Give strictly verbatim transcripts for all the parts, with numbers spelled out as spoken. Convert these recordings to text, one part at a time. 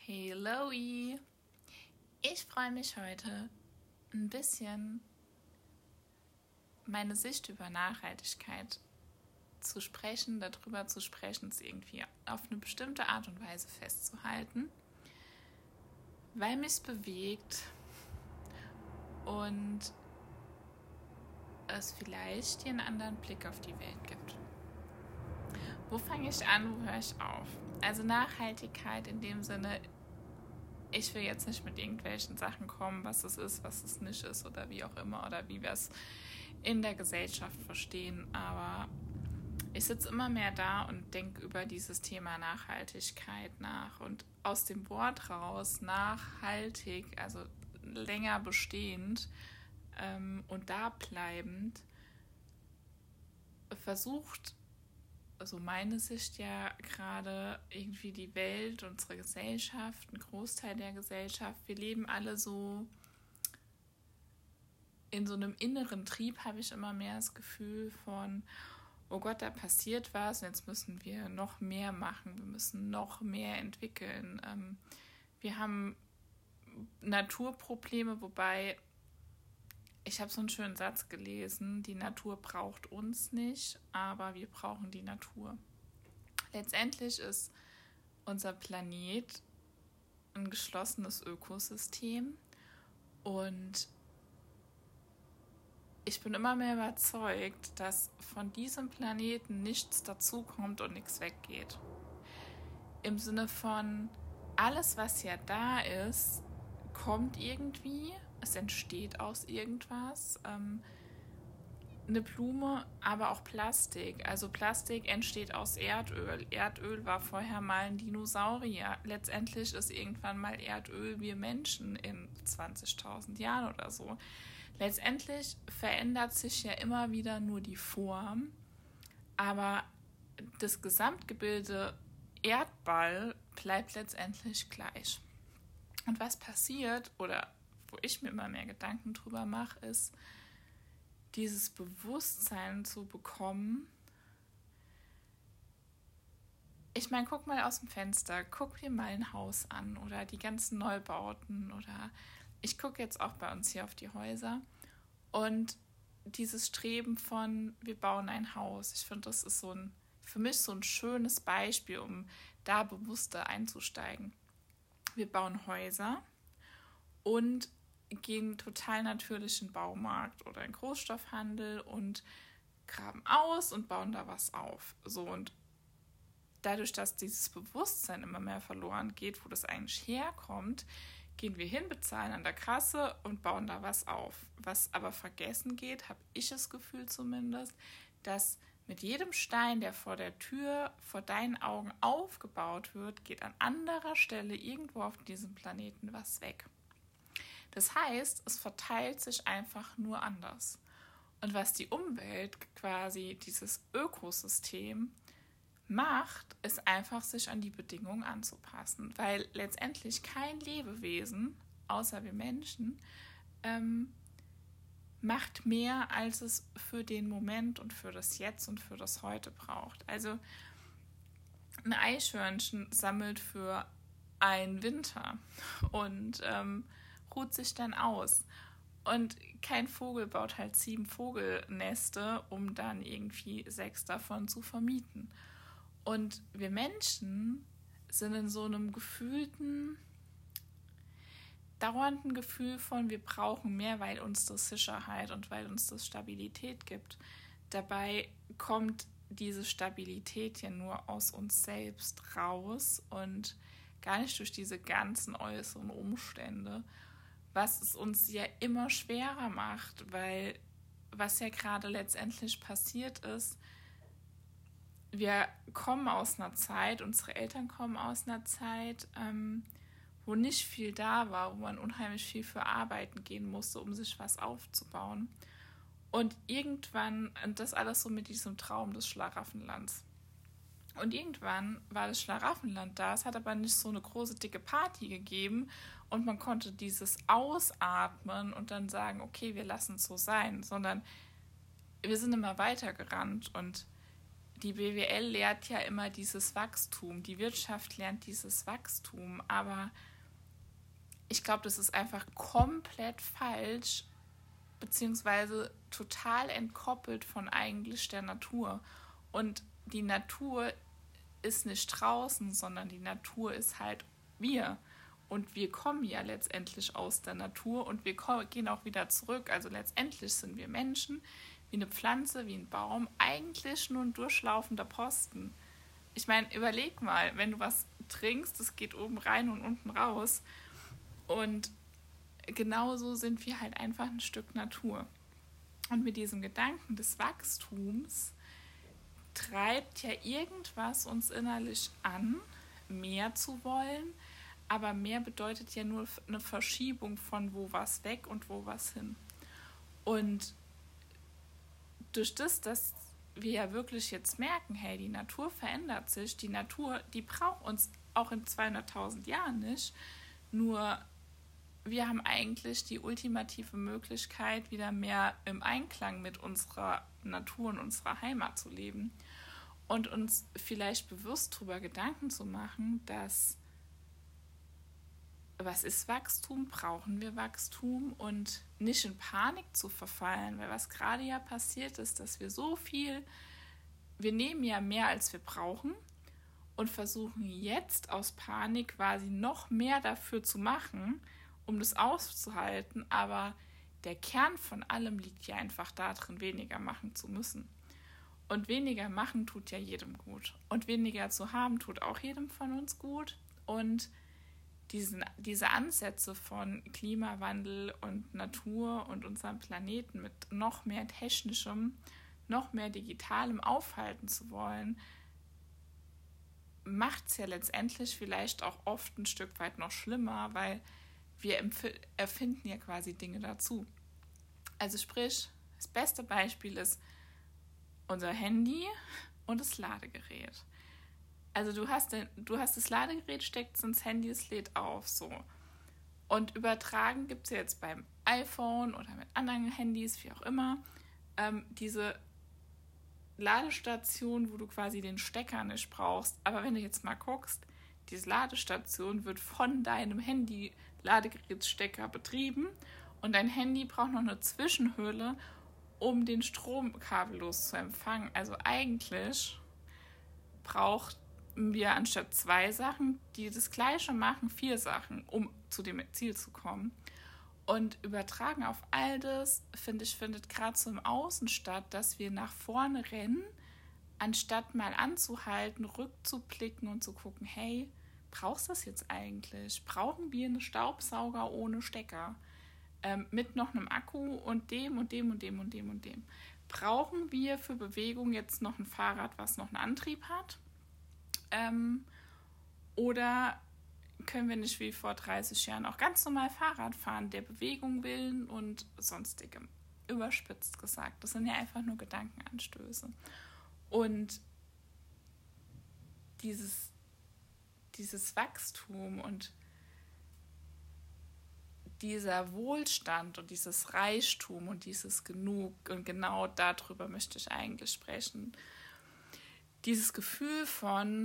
Hello! Ich freue mich heute ein bisschen meine Sicht über Nachhaltigkeit zu sprechen, darüber zu sprechen, es irgendwie auf eine bestimmte Art und Weise festzuhalten, weil mich es bewegt und es vielleicht dir einen anderen Blick auf die Welt gibt. Wo fange ich an, wo höre ich auf? Also Nachhaltigkeit in dem Sinne, ich will jetzt nicht mit irgendwelchen Sachen kommen, was es ist, was es nicht ist oder wie auch immer oder wie wir es in der Gesellschaft verstehen, aber ich sitze immer mehr da und denke über dieses Thema Nachhaltigkeit nach und aus dem Wort raus nachhaltig, also länger bestehend ähm, und da bleibend, versucht, also meine Sicht ja gerade irgendwie die Welt, unsere Gesellschaft, ein Großteil der Gesellschaft, wir leben alle so in so einem inneren Trieb, habe ich immer mehr das Gefühl von, oh Gott, da passiert was und jetzt müssen wir noch mehr machen, wir müssen noch mehr entwickeln. Ähm, wir haben Naturprobleme, wobei, ich habe so einen schönen Satz gelesen, die Natur braucht uns nicht, aber wir brauchen die Natur. Letztendlich ist unser Planet ein geschlossenes Ökosystem und ich bin immer mehr überzeugt, dass von diesem Planeten nichts dazukommt und nichts weggeht. Im Sinne von, alles, was ja da ist, kommt irgendwie, es entsteht aus irgendwas. Ähm, eine Blume, aber auch Plastik. Also Plastik entsteht aus Erdöl. Erdöl war vorher mal ein Dinosaurier. Letztendlich ist irgendwann mal Erdöl wir Menschen in zwanzigtausend Jahren oder so. Letztendlich verändert sich ja immer wieder nur die Form, aber das Gesamtgebilde Erdball bleibt letztendlich gleich. Und was passiert, oder wo ich mir immer mehr Gedanken drüber mache, ist, dieses Bewusstsein zu bekommen. Ich meine, guck mal aus dem Fenster, guck dir mal ein Haus an oder die ganzen Neubauten oder ich gucke jetzt auch bei uns hier auf die Häuser und dieses Streben von, wir bauen ein Haus. Ich finde, das ist so ein, für mich so ein schönes Beispiel, um da bewusster einzusteigen. Wir bauen Häuser und gehen total natürlichen Baumarkt oder in Großstoffhandel und graben aus und bauen da was auf. So, und dadurch, dass dieses Bewusstsein immer mehr verloren geht, wo das eigentlich herkommt, gehen wir hin, bezahlen an der Kasse und bauen da was auf. Was aber vergessen geht, habe ich das Gefühl zumindest, dass mit jedem Stein, der vor der Tür, vor deinen Augen aufgebaut wird, geht an anderer Stelle irgendwo auf diesem Planeten was weg. Das heißt, es verteilt sich einfach nur anders. Und was die Umwelt, quasi dieses Ökosystem, macht, ist einfach, sich an die Bedingungen anzupassen. Weil letztendlich kein Lebewesen, außer wir Menschen, ähm, macht mehr, als es für den Moment und für das Jetzt und für das Heute braucht. Also ein Eichhörnchen sammelt für einen Winter und ähm, ruht sich dann aus. Und kein Vogel baut halt sieben Vogelneste, um dann irgendwie sechs davon zu vermieten. Und wir Menschen sind in so einem gefühlten, dauernden Gefühl von, wir brauchen mehr, weil uns das Sicherheit und weil uns das Stabilität gibt. Dabei kommt diese Stabilität ja nur aus uns selbst raus und gar nicht durch diese ganzen äußeren Umstände, was es uns ja immer schwerer macht, weil was ja gerade letztendlich passiert ist, wir kommen aus einer Zeit, unsere Eltern kommen aus einer Zeit, ähm, wo nicht viel da war, wo man unheimlich viel für arbeiten gehen musste, um sich was aufzubauen. Und irgendwann, und das alles so mit diesem Traum des Schlaraffenlands. Und irgendwann war das Schlaraffenland da, es hat aber nicht so eine große, dicke Party gegeben und man konnte dieses ausatmen und dann sagen, okay, wir lassen es so sein, sondern wir sind immer weiter gerannt und die B W L lehrt ja immer dieses Wachstum, die Wirtschaft lernt dieses Wachstum, aber ich glaube, das ist einfach komplett falsch, beziehungsweise total entkoppelt von eigentlich der Natur. Und die Natur ist nicht draußen, sondern die Natur ist halt wir. Und wir kommen ja letztendlich aus der Natur und wir gehen auch wieder zurück. Also letztendlich sind wir Menschen, wie eine Pflanze, wie ein Baum, eigentlich nur ein durchlaufender Posten. Ich meine, überleg mal, wenn du was trinkst, das geht oben rein und unten raus. Und genauso sind wir halt einfach ein Stück Natur. Und mit diesem Gedanken des Wachstums treibt ja irgendwas uns innerlich an, mehr zu wollen, aber mehr bedeutet ja nur eine Verschiebung von wo was weg und wo was hin. Und durch das, dass wir ja wirklich jetzt merken, hey, die Natur verändert sich, die Natur, die braucht uns auch in zweihunderttausend Jahren nicht, nur wir haben eigentlich die ultimative Möglichkeit, wieder mehr im Einklang mit unserer Natur und unserer Heimat zu leben und uns vielleicht bewusst darüber Gedanken zu machen, dass was ist Wachstum, brauchen wir Wachstum und nicht in Panik zu verfallen, weil was gerade ja passiert ist, dass wir so viel, wir nehmen ja mehr als wir brauchen und versuchen jetzt aus Panik quasi noch mehr dafür zu machen, um das auszuhalten, aber der Kern von allem liegt ja einfach darin, weniger machen zu müssen. Und weniger machen tut ja jedem gut. Und weniger zu haben tut auch jedem von uns gut. Und diesen, diese Ansätze von Klimawandel und Natur und unserem Planeten mit noch mehr technischem, noch mehr digitalem aufhalten zu wollen, macht es ja letztendlich vielleicht auch oft ein Stück weit noch schlimmer, weil wir empf- erfinden ja quasi Dinge dazu. Also sprich, das beste Beispiel ist unser Handy und das Ladegerät. Also du hast, den, du hast das Ladegerät, steckt es ins Handy, es lädt auf, so. Und übertragen gibt es ja jetzt beim iPhone oder mit anderen Handys, wie auch immer, ähm, diese Ladestation, wo du quasi den Stecker nicht brauchst. Aber wenn du jetzt mal guckst, diese Ladestation wird von deinem Handy-Ladegerätsstecker betrieben und dein Handy braucht noch eine Zwischenhülle, um den Strom kabellos zu empfangen. Also eigentlich braucht wir anstatt zwei Sachen, die das Gleiche machen, vier Sachen, um zu dem Ziel zu kommen. Und übertragen auf all das, finde ich, findet gerade so im Außen statt, dass wir nach vorne rennen, anstatt mal anzuhalten, rückzublicken und zu gucken, hey, brauchst du das jetzt eigentlich? Brauchen wir einen Staubsauger ohne Stecker? Ähm, mit noch einem Akku und dem und dem und dem und dem und dem. Brauchen wir für Bewegung jetzt noch ein Fahrrad, was noch einen Antrieb hat? Ähm, oder können wir nicht wie vor dreißig Jahren auch ganz normal Fahrrad fahren, der Bewegung willen und sonstigem. Überspitzt gesagt. Das sind ja einfach nur Gedankenanstöße. Und dieses, dieses Wachstum und dieser Wohlstand und dieses Reichtum und dieses Genug, und genau darüber möchte ich eigentlich sprechen. Dieses Gefühl von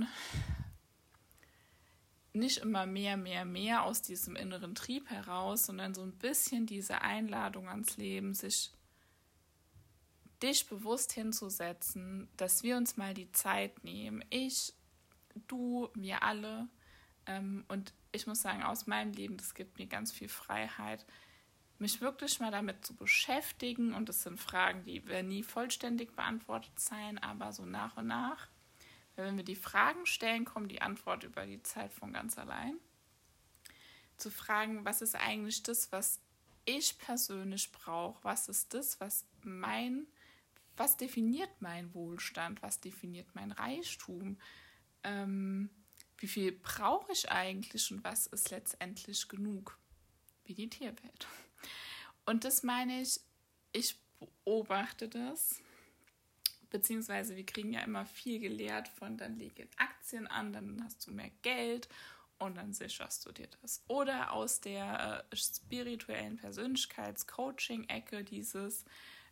nicht immer mehr, mehr, mehr aus diesem inneren Trieb heraus, sondern so ein bisschen diese Einladung ans Leben, sich dich bewusst hinzusetzen, dass wir uns mal die Zeit nehmen. Ich, du, wir alle. Ähm, und ich muss sagen, aus meinem Leben, das gibt mir ganz viel Freiheit, mich wirklich mal damit zu beschäftigen. Und das sind Fragen, die werden nie vollständig beantwortet sein, aber so nach und nach. Wenn wir die Fragen stellen, kommt die Antwort über die Zeit von ganz allein. Zu fragen, was ist eigentlich das, was ich persönlich brauche? Was ist das, was mein, was definiert mein Wohlstand? Was definiert mein Reichtum? Ähm, wie viel brauche ich eigentlich und was ist letztendlich genug? Wie die Tierwelt. Und das meine ich, ich beobachte das. Beziehungsweise wir kriegen ja immer viel gelehrt von, dann leg in Aktien an, dann hast du mehr Geld und dann sicherst du dir das. Oder aus der äh, spirituellen Persönlichkeits-Coaching-Ecke dieses,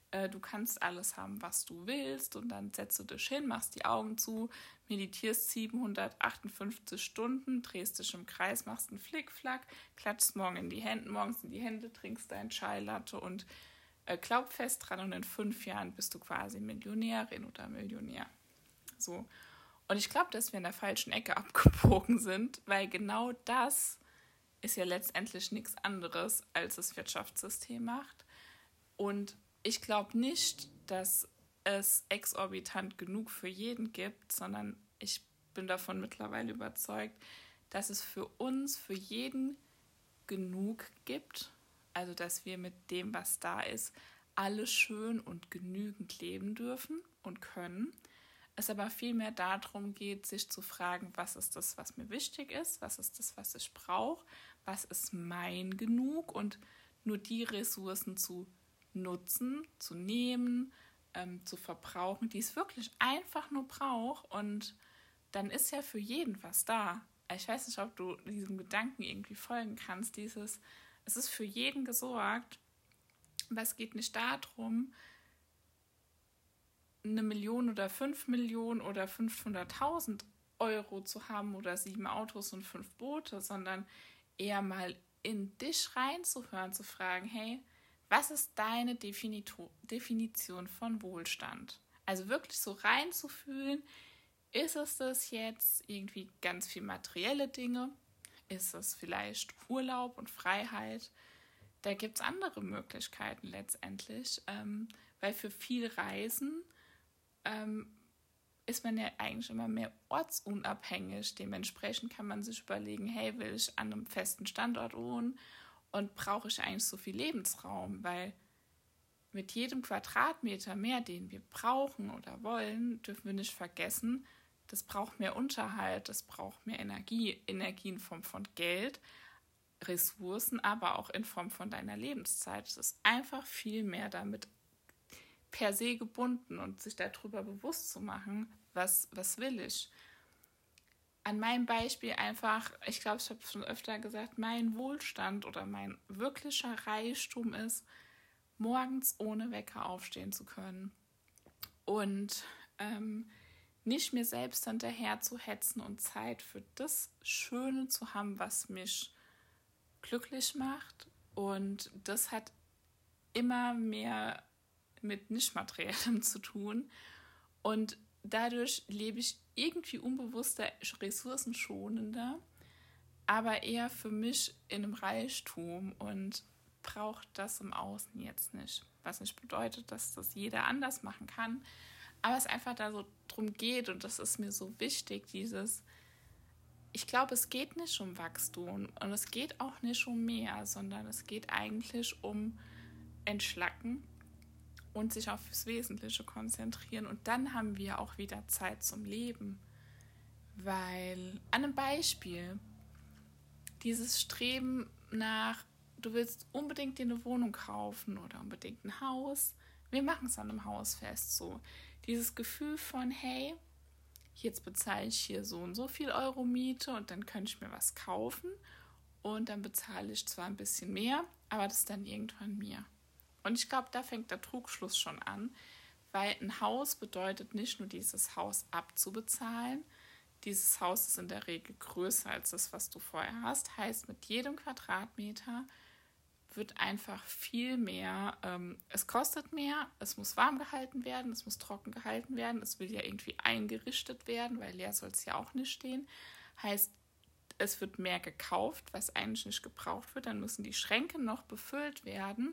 äh, du kannst alles haben, was du willst und dann setzt du dich hin, machst die Augen zu, meditierst siebenhundertachtundfünfzig Stunden, drehst dich im Kreis, machst einen Flickflack, klatschst morgen in die Hände, morgens in die Hände, trinkst deinen Chai Latte und äh, glaub fest dran und in fünf Jahren bist du quasi Millionärin oder Millionär. So. Und ich glaube, dass wir in der falschen Ecke abgebogen sind, weil genau das ist ja letztendlich nichts anderes, als das Wirtschaftssystem macht. Und ich glaube nicht, dass es exorbitant genug für jeden gibt, sondern ich bin davon mittlerweile überzeugt, dass es für uns, für jeden genug gibt. Also, dass wir mit dem, was da ist, alle schön und genügend leben dürfen und können. Es aber vielmehr darum geht, sich zu fragen, was ist das, was mir wichtig ist, was ist das, was ich brauche, was ist mein Genug und nur die Ressourcen zu nutzen, zu nehmen, ähm, zu verbrauchen, die es wirklich einfach nur braucht und dann ist ja für jeden was da. Ich weiß nicht, ob du diesem Gedanken irgendwie folgen kannst, dieses, es ist für jeden gesorgt, aber es geht nicht darum, eine Million oder fünf Millionen oder fünfhunderttausend Euro zu haben oder sieben Autos und fünf Boote, sondern eher mal in dich reinzuhören, zu fragen, hey, was ist deine Definito- Definition von Wohlstand? Also wirklich so reinzufühlen, ist es das jetzt irgendwie ganz viel materielle Dinge? Ist es vielleicht Urlaub und Freiheit? Da gibt es andere Möglichkeiten letztendlich, ähm, weil für viel Reisen ähm, ist man ja eigentlich immer mehr ortsunabhängig. Dementsprechend kann man sich überlegen, hey, will ich an einem festen Standort wohnen und brauche ich eigentlich so viel Lebensraum? Weil mit jedem Quadratmeter mehr, den wir brauchen oder wollen, dürfen wir nicht vergessen, das braucht mehr Unterhalt, das braucht mehr Energie, Energie in Form von Geld, Ressourcen, aber auch in Form von deiner Lebenszeit. Es ist einfach viel mehr damit per se gebunden und sich darüber bewusst zu machen, was, was will ich. An meinem Beispiel einfach, ich glaube, ich habe es schon öfter gesagt, mein Wohlstand oder mein wirklicher Reichtum ist, morgens ohne Wecker aufstehen zu können und ähm, nicht mir selbst hinterher zu hetzen und Zeit für das Schöne zu haben, was mich glücklich macht. Und das hat immer mehr mit Nicht-Materiellem zu tun. Und dadurch lebe ich irgendwie unbewusster, ressourcenschonender, aber eher für mich in einem Reichtum und braucht das im Außen jetzt nicht. Was nicht bedeutet, dass das jeder anders machen kann, aber es einfach da so drum geht und das ist mir so wichtig, dieses, ich glaube, es geht nicht um Wachstum und es geht auch nicht um mehr, sondern es geht eigentlich um Entschlacken und sich auf das Wesentliche konzentrieren und dann haben wir auch wieder Zeit zum Leben, weil an einem Beispiel, dieses Streben nach, du willst unbedingt dir eine Wohnung kaufen oder unbedingt ein Haus, wir machen es an einem Haus fest, so dieses Gefühl von, hey, jetzt bezahle ich hier so und so viel Euro Miete und dann könnte ich mir was kaufen und dann bezahle ich zwar ein bisschen mehr, aber das ist dann irgendwann mir. Und ich glaube, da fängt der Trugschluss schon an, weil ein Haus bedeutet nicht nur dieses Haus abzubezahlen, dieses Haus ist in der Regel größer als das, was du vorher hast, heißt mit jedem Quadratmeter wird einfach viel mehr, ähm, es kostet mehr, es muss warm gehalten werden, es muss trocken gehalten werden, es will ja irgendwie eingerichtet werden, weil leer soll es ja auch nicht stehen. Heißt, es wird mehr gekauft, was eigentlich nicht gebraucht wird, dann müssen die Schränke noch befüllt werden.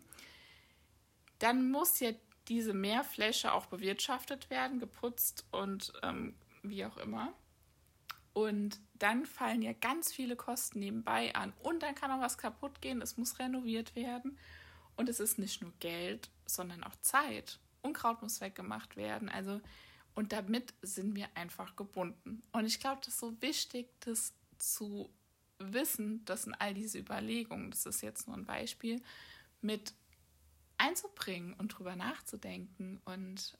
Dann muss ja diese Mehrfläche auch bewirtschaftet werden, geputzt und ähm, wie auch immer. Und dann fallen ja ganz viele Kosten nebenbei an. Und dann kann auch was kaputt gehen, es muss renoviert werden. Und es ist nicht nur Geld, sondern auch Zeit. Unkraut muss weggemacht werden. Also, und damit sind wir einfach gebunden. Und ich glaube, das ist so wichtig, das zu wissen, das sind all diese Überlegungen, das ist jetzt nur ein Beispiel, mit einzubringen und drüber nachzudenken. Und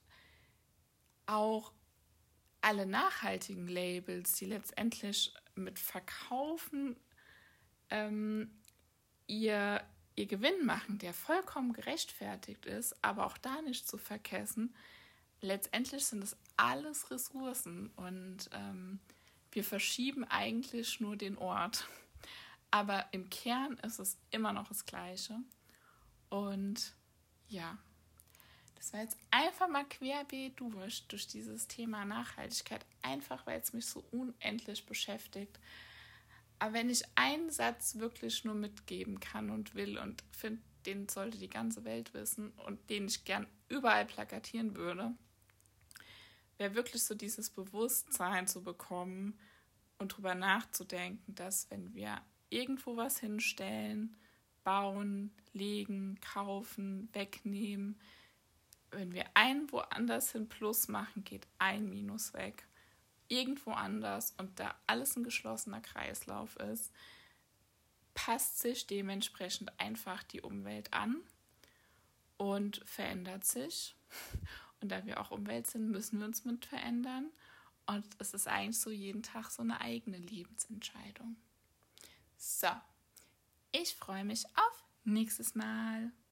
auch alle nachhaltigen Labels, die letztendlich mit verkaufen, ähm, ihr ihr Gewinn machen, der vollkommen gerechtfertigt ist, aber auch da nicht zu vergessen, letztendlich sind das alles Ressourcen und ähm, wir verschieben eigentlich nur den Ort. Aber im Kern ist es immer noch das Gleiche. Und ja, das war jetzt einfach mal querbeet durch, durch dieses Thema Nachhaltigkeit, einfach weil es mich so unendlich beschäftigt. Aber wenn ich einen Satz wirklich nur mitgeben kann und will und finde, den sollte die ganze Welt wissen und den ich gern überall plakatieren würde, wäre wirklich so dieses Bewusstsein zu bekommen und drüber nachzudenken, dass wenn wir irgendwo was hinstellen, bauen, legen, kaufen, wegnehmen, wenn wir ein woanders hin Plus machen, geht ein Minus weg. Irgendwo anders und da alles ein geschlossener Kreislauf ist, passt sich dementsprechend einfach die Umwelt an und verändert sich. Und da wir auch Umwelt sind, müssen wir uns mit verändern. Und es ist eigentlich so jeden Tag so eine eigene Lebensentscheidung. So, ich freue mich auf nächstes Mal.